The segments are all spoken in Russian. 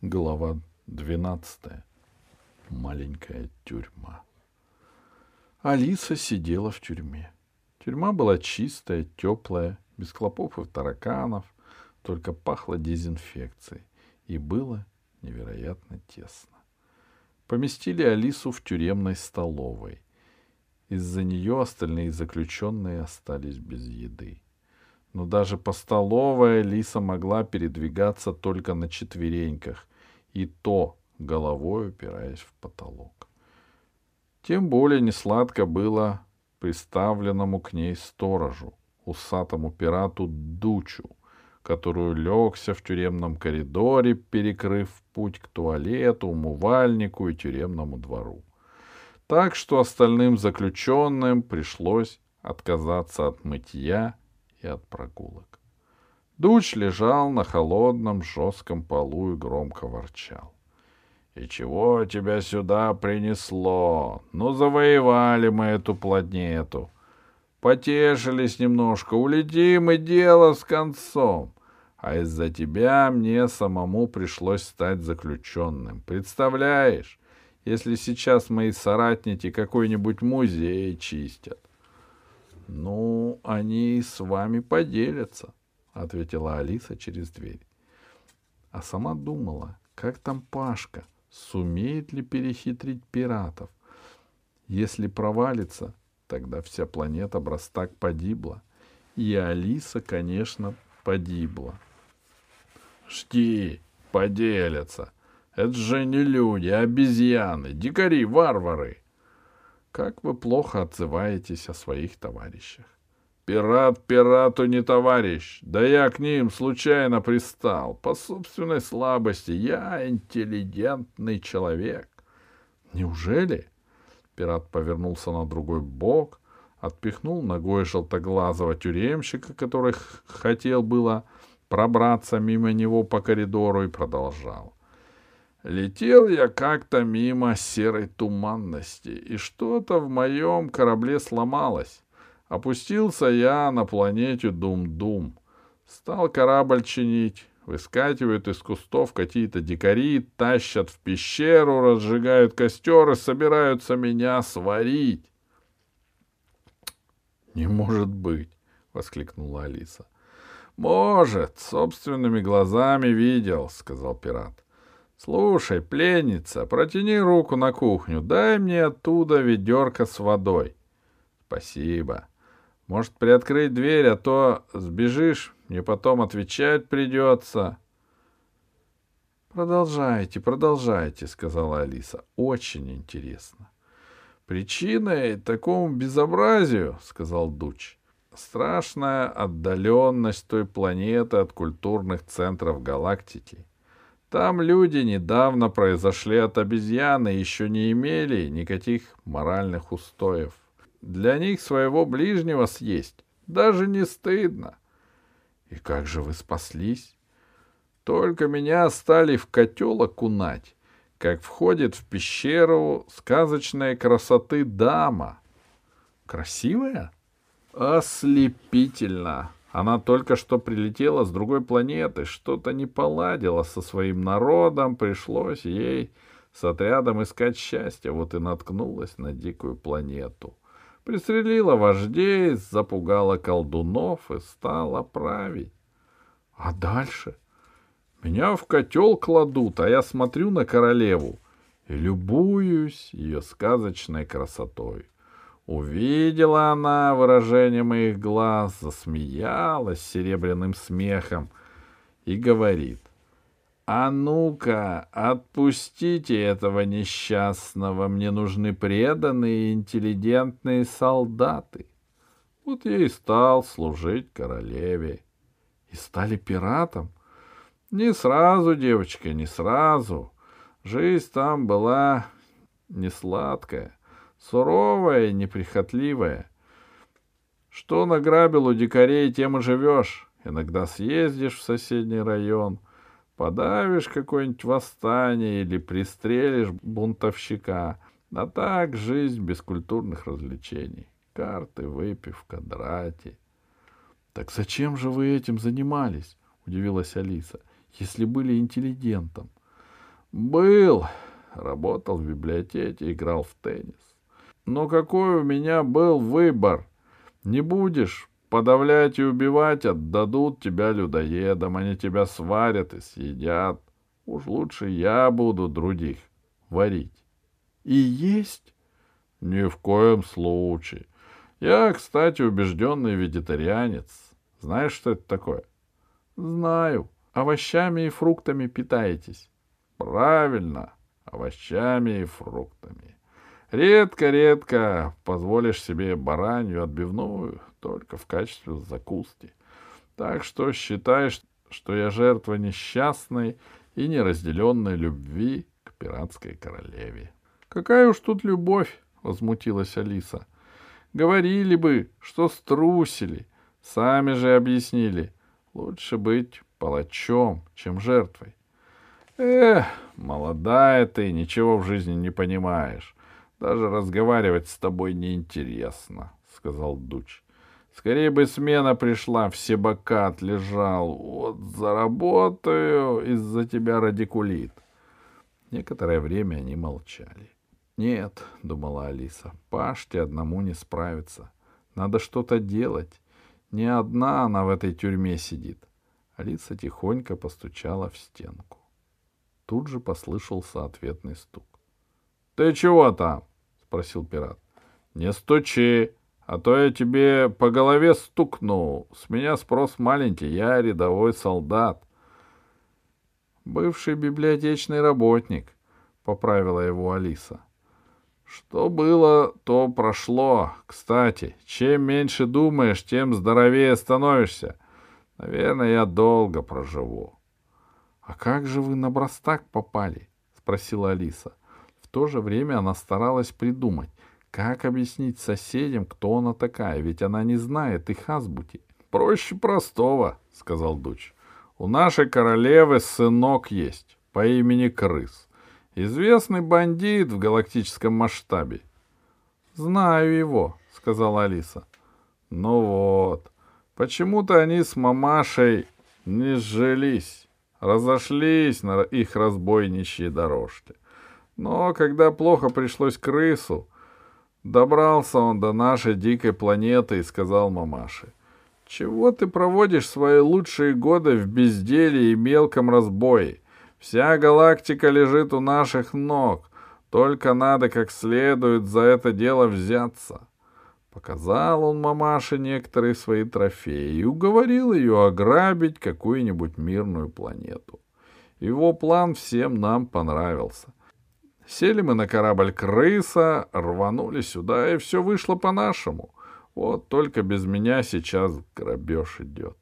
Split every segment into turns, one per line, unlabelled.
Глава 12. Маленькая тюрьма. Алиса сидела в тюрьме. Тюрьма была чистая, теплая, без клопов и тараканов, только пахло дезинфекцией, и было невероятно тесно. Поместили Алису в тюремной столовой. Из-за нее остальные заключенные остались без еды. Но даже по столовой Алиса могла передвигаться только на четвереньках, и то головой упираясь в потолок. Тем более несладко было приставленному к ней сторожу, усатому пирату Дучу, который легся в тюремном коридоре, перекрыв путь к туалету, умывальнику и тюремному двору. Так что остальным заключенным пришлось отказаться от мытья и от прогулок. Дуч лежал на холодном жестком полу и громко ворчал. — И чего тебя сюда принесло? Ну, завоевали мы эту планету. Потешились немножко, улетим, и дело с концом. А из-за тебя мне самому пришлось стать заключенным. Представляешь, если сейчас мои соратники какой-нибудь музей чистят? — Ну, они с вами поделятся, — ответила Алиса через дверь. А сама думала, как там Пашка, сумеет ли перехитрить пиратов. Если провалится, тогда вся планета Брастак погибла. И Алиса, конечно, погибла. — Жди, поделятся. Это же не люди, а обезьяны, дикари, варвары. Как вы плохо отзываетесь о своих товарищах. Пират пирату не товарищ. Да я к ним случайно пристал. По собственной слабости. Я интеллигентный человек. Неужели? Пират повернулся на другой бок, отпихнул ногой желтоглазого тюремщика, который хотел было пробраться мимо него по коридору, и продолжал. Летел я как-то мимо серой туманности, и что-то в моем корабле сломалось. Опустился я на планете Дум-Дум. Стал корабль чинить. Выскакивают из кустов какие-то дикари, тащат в пещеру, разжигают костер и собираются меня сварить. — Не может быть! — воскликнула Алиса. — Может, собственными глазами видел, — сказал пират. — Слушай, пленница, протяни руку на кухню, дай мне оттуда ведерко с водой. — Спасибо. Может, приоткрыть дверь, а то сбежишь, мне потом отвечать придется. — Продолжайте, — сказала Алиса. — Очень интересно. — Причиной такому безобразию, — сказал Дуч, — страшная отдаленность той планеты от культурных центров галактики. Там люди недавно произошли от обезьяны и еще не имели никаких моральных устоев. Для них своего ближнего съесть даже не стыдно. И как же вы спаслись? Только меня стали в котел окунать, как входит в пещеру сказочной красоты дама. Красивая? Ослепительно. Она только что прилетела с другой планеты, что-то не поладила со своим народом, пришлось ей с отрядом искать счастье, вот и наткнулась на дикую планету. Пристрелила вождей, запугала колдунов и стала править. А дальше? Меня в котел кладут, а я смотрю на королеву и любуюсь ее сказочной красотой. Увидела она выражение моих глаз, засмеялась серебряным смехом и говорит: «А ну-ка, отпустите этого несчастного, мне нужны преданные и интеллигентные солдаты». Вот я и стал служить королеве. И стали пиратом? Не сразу, девочка, не сразу. Жизнь там была не сладкая, суровая и неприхотливая. Что награбил у дикарей, тем и живешь. Иногда съездишь в соседний район, подавишь какое-нибудь восстание или пристрелишь бунтовщика. А так жизнь без культурных развлечений. Карты, выпивка, драки. — Так зачем же вы этим занимались? — удивилась Алиса. — Если были интеллигентом. Был. Работал в библиотеке, играл в теннис. Но какой у меня был выбор? Не будешь подавлять и убивать, отдадут тебя людоедам, они тебя сварят и съедят. Уж лучше я буду других варить. И есть? Ни в коем случае. Я, кстати, убежденный вегетарианец. Знаешь, что это такое? Знаю. Овощами и фруктами питаетесь. Правильно, овощами и фруктами. Редко-редко позволишь себе баранью отбивную, только в качестве закуски. Так что считай, что я жертва несчастной и неразделенной любви к пиратской королеве. — Какая уж тут любовь! — возмутилась Алиса. — Говорили бы, что струсили. Сами же объяснили. Лучше быть палачом, чем жертвой. — молодая ты, ничего в жизни не понимаешь. Даже разговаривать с тобой неинтересно, — сказал Дуч. — Скорее бы смена пришла, все бока отлежал. Вот заработаю, из-за тебя радикулит. Некоторое время они молчали. — Нет, — думала Алиса, — Пашке одному не справиться. Надо что-то делать. Не одна она в этой тюрьме сидит. Алиса тихонько постучала в стенку. Тут же послышался ответный стук. — Ты чего там? — спросил пират. — Не стучи, а то я тебе по голове стукну. С меня спрос маленький, я рядовой солдат. — Бывший библиотечный работник, — поправила его Алиса. — Что было, то прошло. Кстати, чем меньше думаешь, тем здоровее становишься. Наверное, я долго проживу. — А как же вы на Брастак попали? — спросила Алиса. В то же время она старалась придумать, как объяснить соседям, кто она такая, ведь она не знает их азбуки. — Проще простого, — сказал Дуч. — У нашей королевы сынок есть по имени Крыс. Известный бандит в галактическом масштабе. — Знаю его, — сказала Алиса. — Ну вот, почему-то они с мамашей не сжились, разошлись на их разбойничьей дорожке. Но когда плохо пришлось Крысу, добрался он до нашей дикой планеты и сказал мамаше: «Чего ты проводишь свои лучшие годы в безделье и мелком разбое? Вся галактика лежит у наших ног, только надо как следует за это дело взяться». Показал он мамаше некоторые свои трофеи и уговорил ее ограбить какую-нибудь мирную планету. Его план всем нам понравился. Сели мы на корабль «Крыса», рванули сюда, и все вышло по-нашему. Вот только без меня сейчас грабеж идет.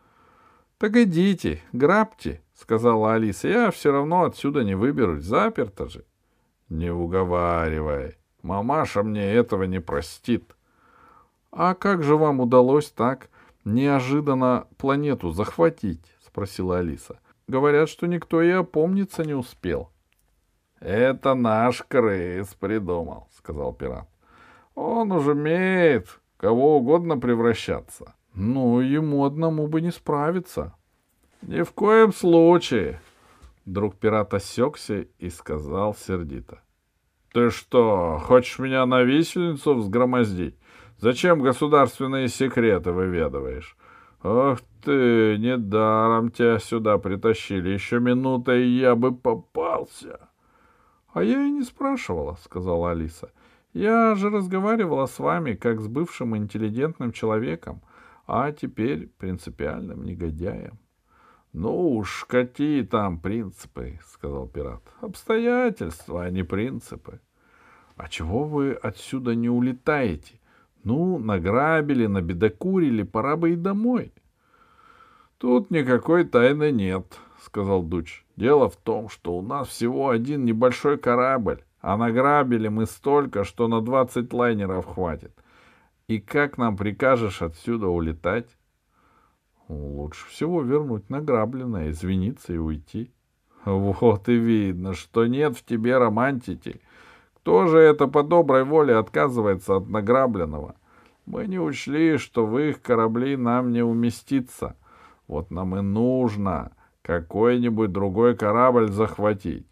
— Так идите, грабьте, — сказала Алиса. — Я все равно отсюда не выберусь, заперто же. — Не уговаривай, мамаша мне этого не простит. — А как же вам удалось так неожиданно планету захватить? — спросила Алиса. — Говорят, что никто и опомниться не успел. — Это наш Крыс придумал, — сказал пират. — Он уже умеет кого угодно превращаться. — Ну, ему одному бы не справиться. — Ни в коем случае. Вдруг пират осекся и сказал сердито: — Ты что, хочешь меня на висельницу взгромоздить? Зачем государственные секреты выведываешь? Ах ты, недаром тебя сюда притащили. Еще минута, и я бы попался. — А я и не спрашивала, — сказала Алиса. — Я же разговаривала с вами, как с бывшим интеллигентным человеком, а теперь принципиальным негодяем. — Ну уж какие там принципы, — сказал пират. — Обстоятельства, а не принципы. — А чего вы отсюда не улетаете? Ну, награбили, набедокурили, пора бы и домой. — Тут никакой тайны нет, — сказал Дуч. — Дело в том, что у нас всего один небольшой корабль, а награбили мы столько, что на 20 лайнеров хватит. И как нам прикажешь отсюда улетать? — Лучше всего вернуть награбленное, извиниться и уйти. — Вот и видно, что нет в тебе романтики. Кто же это по доброй воле отказывается от награбленного? Мы не учли, что в их корабли нам не уместиться. Вот нам и нужно какой-нибудь другой корабль захватить.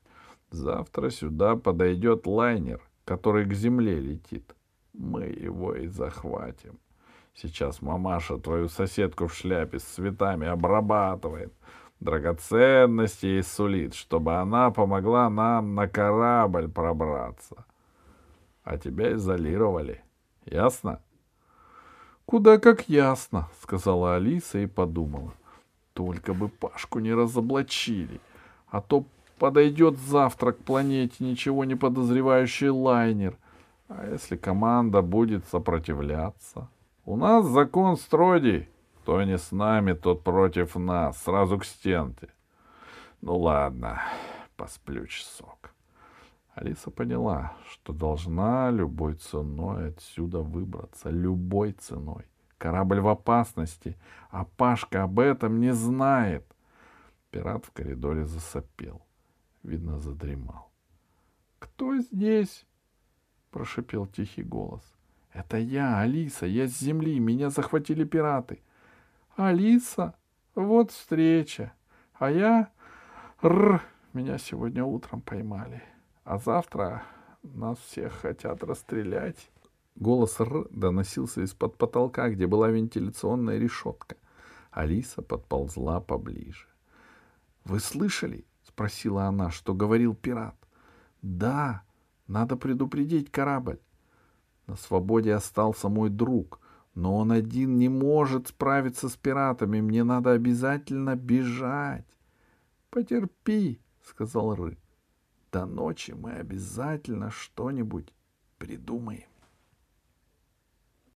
Завтра сюда подойдет лайнер, который к земле летит. Мы его и захватим. Сейчас мамаша твою соседку в шляпе с цветами обрабатывает, драгоценности ей сулит, чтобы она помогла нам на корабль пробраться. А тебя изолировали. Ясно? — Куда как ясно, — сказала Алиса и подумала. Только бы Пашку не разоблачили, а то подойдет завтра к планете ничего не подозревающий лайнер. А если команда будет сопротивляться? У нас закон строгий. Кто не с нами, тот против нас. Сразу к стенке. Ну ладно, посплю часок. Алиса поняла, что должна любой ценой отсюда выбраться. Любой ценой. Корабль в опасности, а Пашка об этом не знает. Пират в коридоре засопел. Видно, задремал. — Кто здесь? — прошипел тихий голос. — Это я, Алиса, я с земли, меня захватили пираты. — Алиса? Вот встреча. А я... меня сегодня утром поймали. А завтра нас всех хотят расстрелять. Голос Р доносился из-под потолка, где была вентиляционная решетка. Алиса подползла поближе. — Вы слышали? — спросила она, — что говорил пират. — Да, надо предупредить корабль. На свободе остался мой друг, но он один не может справиться с пиратами. Мне надо обязательно бежать. — Потерпи, — сказал Ры. — До ночи мы обязательно что-нибудь придумаем.